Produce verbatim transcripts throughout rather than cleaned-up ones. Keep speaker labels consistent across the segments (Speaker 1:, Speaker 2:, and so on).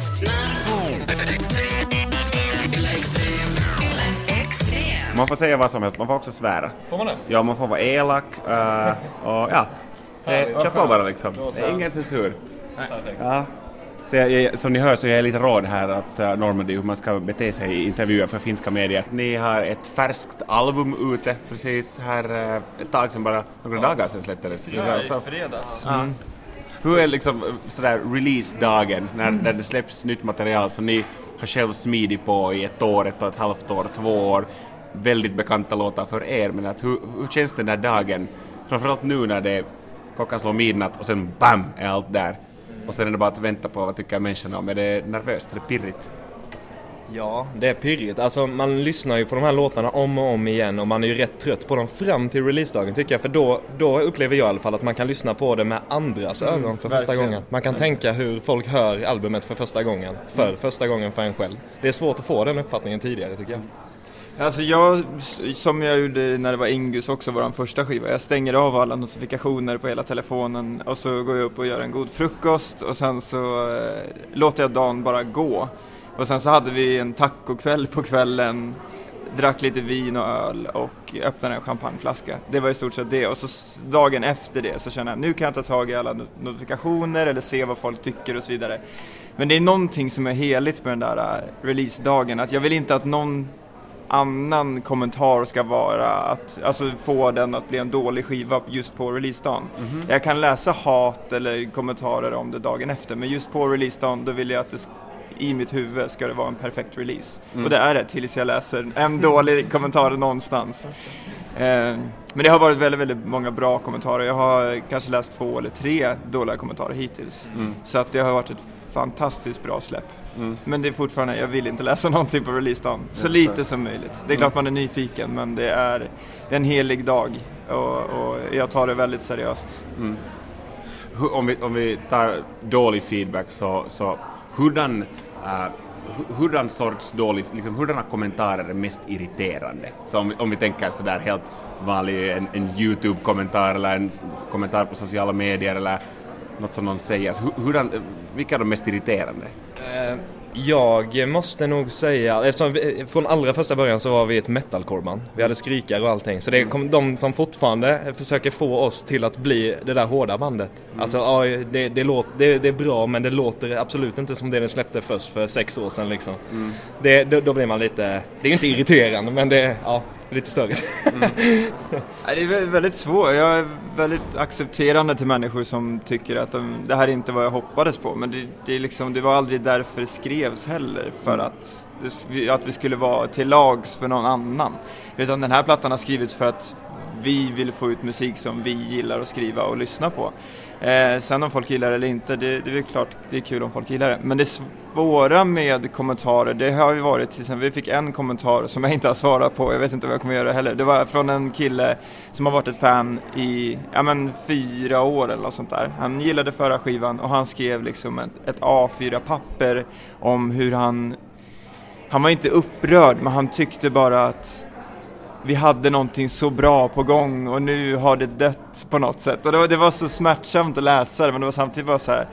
Speaker 1: Man får säga vad som helst, man får också svära.
Speaker 2: Får man det?
Speaker 1: Ja, man får vara elak uh, och ja, kör på bara liksom. Det är ingen censur. Ja. Så jag, jag, som ni hör så är jag lite råd här att uh, Normandy hur man ska bete sig i intervjuer för finska medier. Ni har ett färskt album ute precis här uh, ett tag sedan, bara några ja. dagar sedan släpptes.
Speaker 2: Ja, i fredags.
Speaker 1: Mm. Hur är liksom sådär release-dagen när, när det släpps nytt material som ni har själv smidit på i ett år, ett och ett halvt år, två år? Väldigt bekanta låtar för er, men att hur, hur känns den där dagen? Framförallt nu när det klockan slår midnatt och sen bam är allt där. Och sen är det bara att vänta på vad tycker människorna om. Är det nervöst? Är det pirrigt?
Speaker 2: Ja, det är pirrigt. Alltså man lyssnar ju på de här låtarna om och om igen och man är ju rätt trött på dem fram till releasedagen tycker jag. För då, då upplever jag i alla fall att man kan lyssna på det med andras mm, ögon för första verkligen. gången. Man kan mm. tänka hur folk hör albumet för första gången. För mm. första gången för en själv. Det är svårt att få den uppfattningen tidigare tycker jag.
Speaker 3: Alltså jag, som jag gjorde när det var Ingus också, var den första skiva. Jag stänger av alla notifikationer på hela telefonen och så går jag upp och gör en god frukost och sen så eh, låter jag dagen bara gå. Och sen så hade vi en tacokväll på kvällen, drack lite vin och öl och öppnade en champagneflaska. Det var i stort sett det. Och så dagen efter det så känner jag nu kan jag ta tag i alla notifikationer eller se vad folk tycker och så vidare. Men det är någonting som är heligt med den där releasedagen. Att jag vill inte att någon annan kommentar ska vara att alltså få den att bli en dålig skiva just på releasedagen. Mm-hmm. Jag kan läsa hat eller kommentarer om det dagen efter, men just på releasedagen då vill jag att det i mitt huvud ska det vara en perfekt release. Mm. Och det är det tills jag läser en dålig kommentar någonstans. Eh, men det har varit väldigt, väldigt många bra kommentarer. Jag har kanske läst två eller tre dåliga kommentarer hittills. Mm. Så att det har varit ett fantastiskt bra släpp. Mm. Men det är fortfarande, jag vill inte läsa någonting på releasedagen. Så lite som möjligt. Det är klart man är nyfiken, men det är, det är en helig dag. Och, och jag tar det väldigt seriöst.
Speaker 1: Mm. Hur, om, vi, om vi tar dålig feedback så, så hurdan, uh, hurdan sorts dålig, liksom, hurdana kommentarer är mest irriterande? Så om, om vi tänker sådär helt vanlig en, en YouTube-kommentar eller en kommentar på sociala medier eller något som någon säger. Hur, hurdan, vilka är de mest irriterande?
Speaker 2: Uh, jag måste nog säga, eftersom vi, från allra första början så var vi ett metalcore-band. Vi hade skrikare och allting. Så det är de som fortfarande försöker få oss till att bli det där hårda bandet. Mm. Alltså, ja, det, det, låter, det, det är bra, men det låter absolut inte som det den släppte först för sex år sedan. Liksom. Mm. Det, då, då blir man lite, det är ju inte irriterande, men det är ja, lite större. Mm.
Speaker 3: Det är väldigt svårt. Jag är väldigt accepterande till människor som tycker att de, det här inte var jag hoppades på. Men det, det, är liksom, det var aldrig därför det skrevs heller. För mm. att, det, att vi skulle vara till lags för någon annan. Utan den här plattan har skrivits för att vi vill få ut musik som vi gillar att skriva och lyssna på. Eh, sen om folk gillar det eller inte, det, det är klart det är kul om folk gillar det. Men det svåra med kommentarer, det har ju varit till exempel, vi fick en kommentar som jag inte har svarat på, jag vet inte vad jag kommer göra heller. Det var från en kille som har varit ett fan i ja, men, fyra år eller något sånt där. Han gillade förra skivan och han skrev liksom ett, ett A fyra-papper om hur han, han var inte upprörd, men han tyckte bara att vi hade någonting så bra på gång och nu har det dött på något sätt. Och det var, det var så smärtsamt att läsa det, men det var samtidigt bara så här,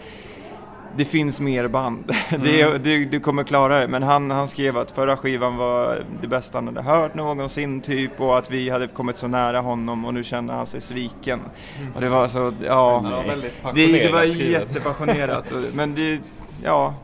Speaker 3: det finns mer band. Mm. det, det, du kommer klara det. Men han, han skrev att förra skivan var det bästa han hade hört någonsin typ, och att vi hade kommit så nära honom och nu känner han sig sviken. Mm. Och det var så, ja,
Speaker 2: ja väldigt
Speaker 3: det, det var jättepassionerat. Men det, ja...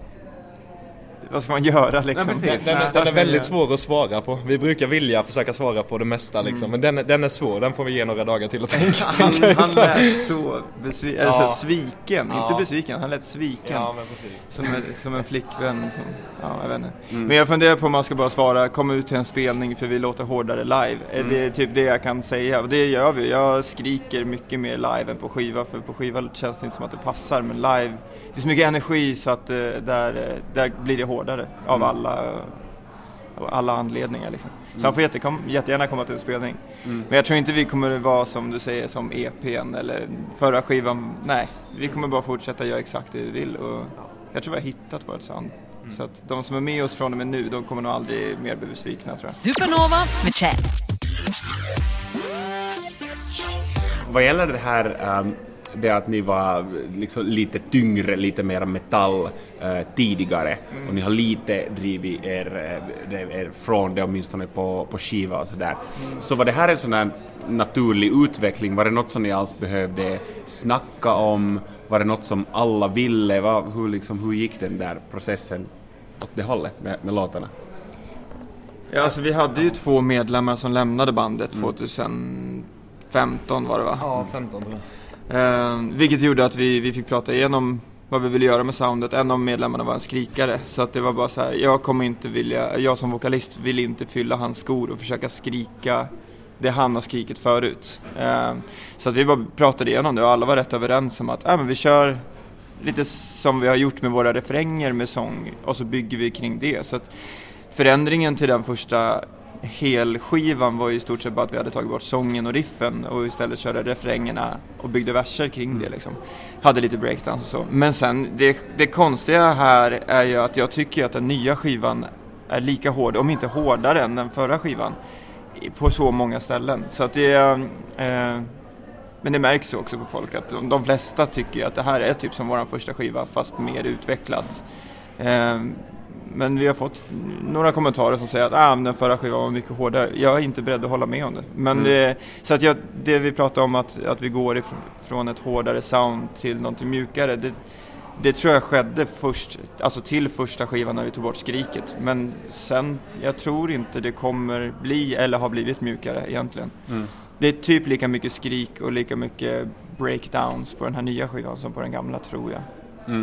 Speaker 3: Vad ska man göra liksom?
Speaker 2: Nej, den, den, den är väldigt svår att svara på. Vi brukar vilja försöka svara på det mesta liksom. Mm. Men den, den är svår, den får vi ge några dagar till att tänka.
Speaker 3: Han, han lät så besvi- ja. alltså, sviken, ja. Inte besviken, han lät sviken.
Speaker 2: Ja, men precis.
Speaker 3: Som, som en flickvän som, ja, jag vet inte. Mm. Men jag funderar på om man ska bara svara, kom ut till en spelning för vi låter hårdare live. Mm. Det är typ det jag kan säga, och det gör vi. Jag skriker mycket mer live än på skiva, för på skiva känns det inte som att det passar, men live, det är så mycket energi så att där, där blir det hårdare. Av mm. alla, av alla anledningar liksom. Så mm. han får jättekom, jättegärna komma till en spelning. Mm. Men jag tror inte vi kommer vara som du säger som E P:n eller förra skivan. Nej, vi kommer bara fortsätta göra exakt det vi vill. Och jag tror vi har hittat vårt sound. Mm. Så att de som är med oss från och med nu, de kommer nog aldrig mer bli besvikna, tror jag.
Speaker 4: Supernova med Chad.
Speaker 1: Vad gäller det här um, det att ni var liksom lite tyngre, lite mer metall eh, tidigare mm. och ni har lite drivit er, er från det åtminstone på, på skiva och sådär. Mm. Så var det här en sån här naturlig utveckling? Var det något som ni alls behövde snacka om? Var det något som alla ville? Var, hur, liksom, hur gick den där processen åt det hållet med, med låtarna?
Speaker 3: Ja, alltså vi hade ju två medlemmar som lämnade bandet mm. tjugohundrafemton var det va?
Speaker 2: Ja, femton tror jag.
Speaker 3: Eh, vilket gjorde att vi, vi fick prata igenom vad vi ville göra med soundet. En av medlemmarna var en skrikare, så att det var bara så här, jag kommer inte vilja, jag som vokalist vill inte fylla hans skor och försöka skrika det han har skrikit förut. Eh, så att vi bara pratade igenom det och alla var rätt överens om att äh, men vi kör lite som vi har gjort med våra refränger med sång och så bygger vi kring det. Så att förändringen till den första helskivan var ju i stort sett bara att vi hade tagit bort sången och riffen och istället körde refrängerna och byggde verser kring det liksom. Hade lite breakdowns och så. Men sen, det, det konstiga här är ju att jag tycker att den nya skivan är lika hård, om inte hårdare än den förra skivan på så många ställen. Så att det är, eh, men det märks också på folk att de, de flesta tycker att det här är typ som vår första skiva fast mer utvecklad. Eh, Men vi har fått några kommentarer som säger att ah, den förra skivan var mycket hårdare. Jag är inte beredd att hålla med om det. Men mm. det, så att jag, det vi pratar om att, att vi går ifrån, från ett hårdare sound till någonting mjukare. Det, det tror jag skedde först, alltså till första skivan när vi tog bort skriket. Men sen, jag tror inte det kommer bli eller har blivit mjukare egentligen. Mm. Det är typ lika mycket skrik och lika mycket breakdowns på den här nya skivan som på den gamla, tror jag. Mm.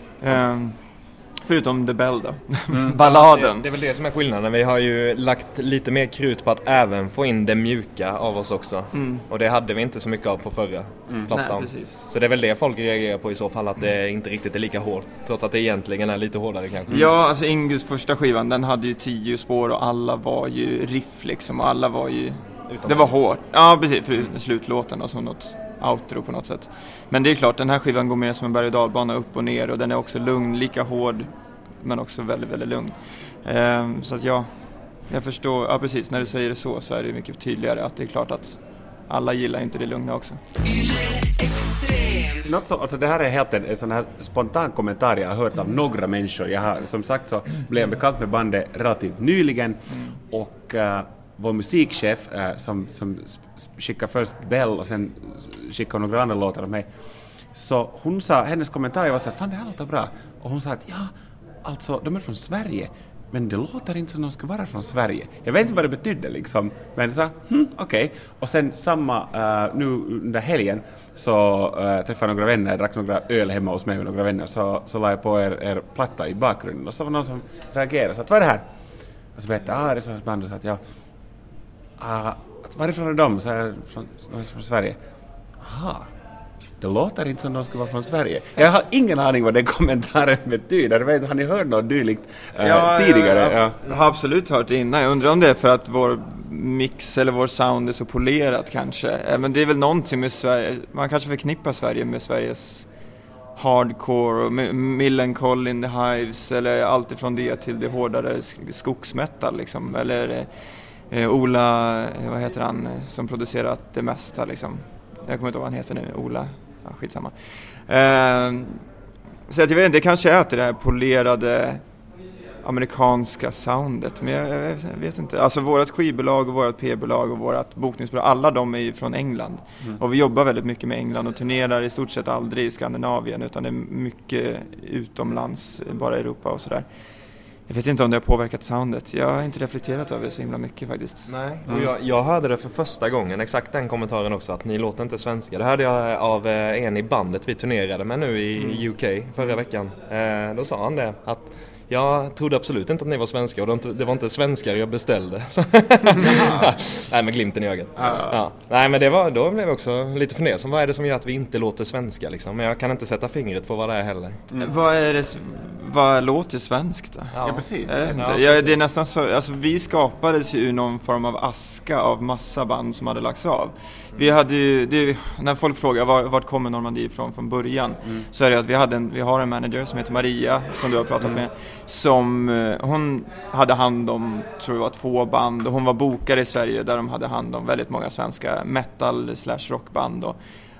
Speaker 3: Um, Förutom The Bell då, mm. balladen.
Speaker 2: Det, det är väl det som är skillnaden. Vi har ju lagt lite mer krut på att även få in det mjuka av oss också. Mm. Och det hade vi inte så mycket av på förra mm. plattan. Nej, så det är väl det folk reagerar på i så fall, att det inte riktigt är lika hårt. Trots att det egentligen är lite hårdare kanske.
Speaker 3: Ja, alltså Ingus första skivan, den hade ju tio spår och alla var ju riff liksom. Och alla var ju, utom det var hårt. Ja, precis, för slutlåten och så något outro på något sätt. Men det är klart, den här skivan går mer som en berg- och dalbana upp och ner och den är också lugn, lika hård men också väldigt, väldigt lugn. Ehm, så att ja, jag förstår, ja precis, när du säger det så så är det mycket tydligare att det är klart att alla gillar inte det lugna också.
Speaker 1: Något så, alltså det här är helt en, en sån här spontan kommentar jag har hört av några människor. Jag har, som sagt så blev jag bekant med bandet relativt nyligen och uh, vår musikchef uh, som, som skickade först Bell och sen skickade några andra låtar av mig. Så hon sa, hennes kommentar var så att fan det här låter bra. Och hon sa att ja, alltså de är från Sverige. Men det låter inte som de ska vara från Sverige. Jag vet inte vad det betydde liksom. Men så, hm, okej. Okay. Och sen samma, uh, nu under helgen så uh, träffade jag några vänner, drack några öl hemma hos mig med några vänner. Så, så la jag på er, er platta i bakgrunden. Och så var någon som reagerade. Så att, vad är det här? Och så berättade jag, ah, det är sånt band. Och så att, ja, uh, varifrån är de? Så här, från, från Sverige. Aha. Det låter inte som de ska vara från Sverige. Jag har ingen aning vad den kommentaren betyder. Vet, har ni hört något dylikt äh,
Speaker 3: ja,
Speaker 1: tidigare?
Speaker 3: Ja, ja. Jag har absolut hört det innan. Jag undrar om det är för att vår mix eller vår sound är så polerat kanske. Men det är väl någonting med Sverige. Man kanske förknippar Sverige med Sveriges hardcore och Millencolin in the Hives eller allt ifrån det till det hårdare skogsmetal liksom. Eller eh, Ola, vad heter han, som producerat det mesta liksom. Jag kommer inte ihåg vad han heter nu, Ola. Ja, skitsamma. Eh, så att jag vet inte, det kanske är att det här polerade amerikanska soundet. Men jag, jag vet inte. Alltså vårt skivbolag och vårt P-bolag och vårt bokningsbolag, alla de är ju från England. Mm. Och vi jobbar väldigt mycket med England och turnerar i stort sett aldrig i Skandinavien utan det är mycket utomlands, bara Europa och sådär. Jag vet inte om det har påverkat soundet. Jag har inte reflekterat över det så himla mycket faktiskt.
Speaker 2: Nej, och jag, jag hörde det för första gången, exakt den kommentaren också, att ni låter inte svenska. Det hörde jag av en i bandet vi turnerade med nu i mm. U K förra veckan. Eh, då sa han det, att jag trodde absolut inte att ni var svenska och det var inte svenskar jag beställde. Nej, med glimten i ögat. Ja. Ja. Nej, men det var, då blev jag också lite fundersam. Vad är det som gör att vi inte låter svenska liksom? Men jag kan inte sätta fingret på vad det är heller.
Speaker 3: Mm. Vad är det, vad låter svenskt då?
Speaker 1: Ja, ja precis.
Speaker 3: Jag vet inte. Ja, det är nästan så, alltså vi skapades ju någon form av aska av massa band som hade lagts av. Vi hade ju, det, när folk frågar var, vart kommer Normandie ifrån från början, mm. så är det att vi, hade en, vi har en manager som heter Maria, som du har pratat mm. med, som hon hade hand om, tror jag var två band, och hon var bokare i Sverige där de hade hand om väldigt många svenska metal slash rockband och,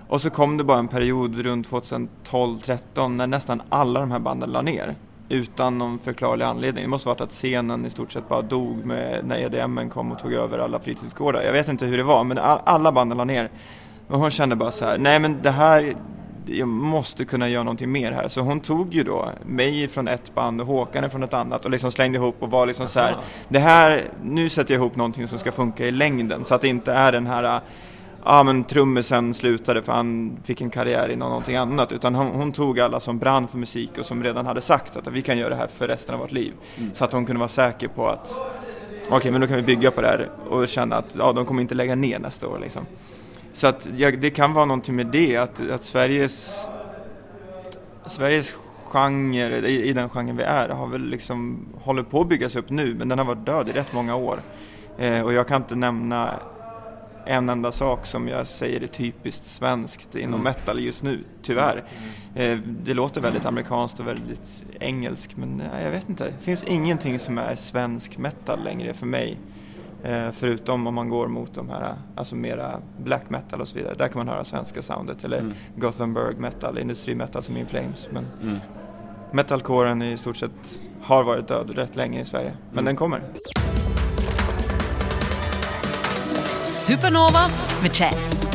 Speaker 3: Och så kom det bara en period runt tjugotolv tretton när nästan alla de här banden la ner. Utan någon förklarlig anledning. Det måste ha varit att scenen i stort sett bara dog med, när E D M kom och tog över alla fritidsgårdar. Jag vet inte hur det var, men alla banden la ner. Och hon kände bara så här, nej men det här, jag måste kunna göra någonting mer här. Så hon tog ju då mig från ett band och Håkan från ett annat och liksom slängde ihop och var liksom så här, det här, nu sätter jag ihop någonting som ska funka i längden. Så att det inte är den här, ja men trummisen slutade för han fick en karriär i någonting annat. Utan hon, hon tog alla som brann för musik och som redan hade sagt att vi kan göra det här för resten av vårt liv. Mm. Så att hon kunde vara säker på att okej, okay, men då kan vi bygga på det här och känna att ja, de kommer inte lägga ner nästa år liksom. Så att ja, det kan vara någonting med det att, att Sveriges Sveriges genre i, i den genren vi är har väl liksom håller på att byggas upp nu, men den har varit död i rätt många år. Eh, och jag kan inte nämna en enda sak som jag säger är typiskt svenskt inom mm. metal just nu, tyvärr. Mm. Eh, det låter väldigt amerikanskt och väldigt engelskt, men nej, jag vet inte. Det finns ingenting som är svensk metal längre för mig. Eh, förutom om man går mot de här, alltså mera black metal och så vidare. Där kan man höra svenska soundet. Eller mm. Gothenburg metal, industrimetal som In Flames. Men mm. metalcoren i stort sett har varit död rätt länge i Sverige. Men mm. den kommer.
Speaker 4: Supernova med Chad.